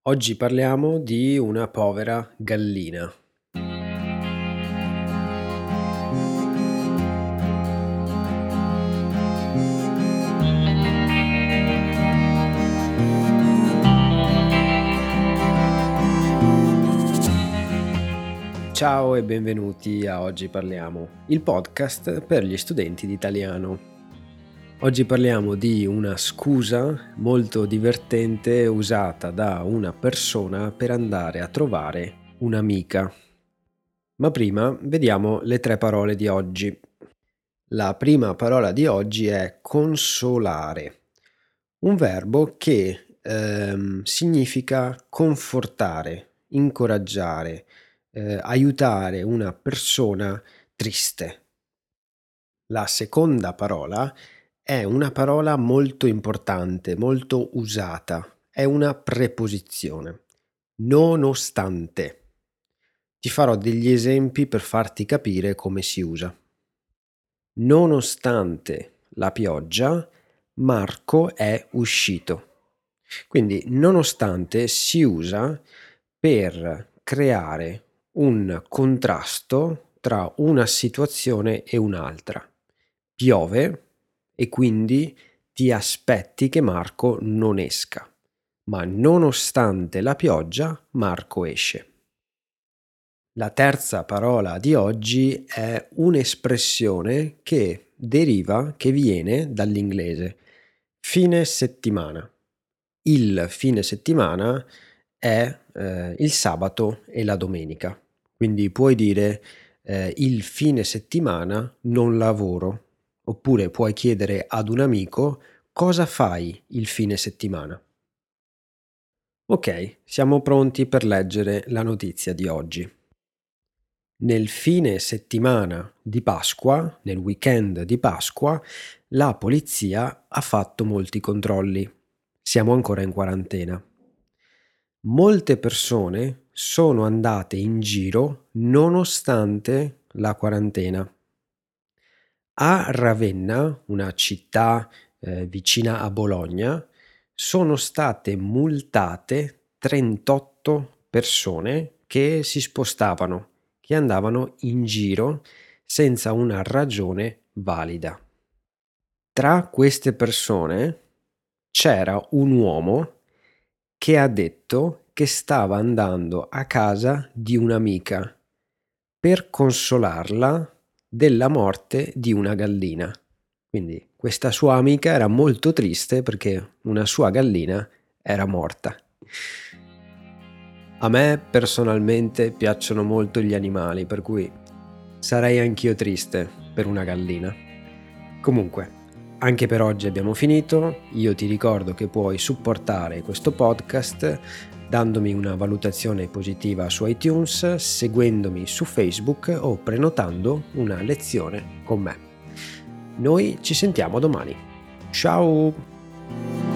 Oggi parliamo di una povera gallina. Ciao e benvenuti a Oggi parliamo, il podcast per gli studenti di italiano. Oggi parliamo di una scusa molto divertente usata da una persona per andare a trovare un'amica. Ma prima vediamo le 3 parole di oggi. La prima parola di oggi è consolare, un verbo che significa confortare, incoraggiare, aiutare una persona triste. La seconda parola è una parola molto importante, molto usata, è una preposizione. Nonostante. Ti farò degli esempi per farti capire come si usa. Nonostante la pioggia, Marco è uscito. Quindi, nonostante si usa per creare un contrasto tra una situazione e un'altra. Piove e quindi ti aspetti che Marco non esca, ma nonostante la pioggia, Marco esce. La terza parola di oggi è un'espressione che viene dall'inglese fine settimana. Il fine settimana è il sabato e la domenica. Quindi puoi dire il fine settimana non lavoro, oppure puoi chiedere ad un amico cosa fai il fine settimana. Ok, siamo pronti per leggere la notizia di oggi. Nel fine settimana di Pasqua, nel weekend di Pasqua, la polizia ha fatto molti controlli. Siamo ancora in quarantena. Molte persone sono andate in giro nonostante la quarantena. A Ravenna, una città vicina a Bologna, sono state multate 38 persone che si spostavano, che andavano in giro senza una ragione valida. Tra queste persone c'era un uomo che ha detto che stava andando a casa di un'amica per consolarla della morte di una gallina. Quindi questa sua amica era molto triste perché una sua gallina era morta. A me personalmente piacciono molto gli animali, per cui sarei anch'io triste per una gallina. Comunque, anche per oggi abbiamo finito. Io ti ricordo che puoi supportare questo podcast dandomi una valutazione positiva su iTunes, seguendomi su Facebook o prenotando una lezione con me. Noi ci sentiamo domani. Ciao!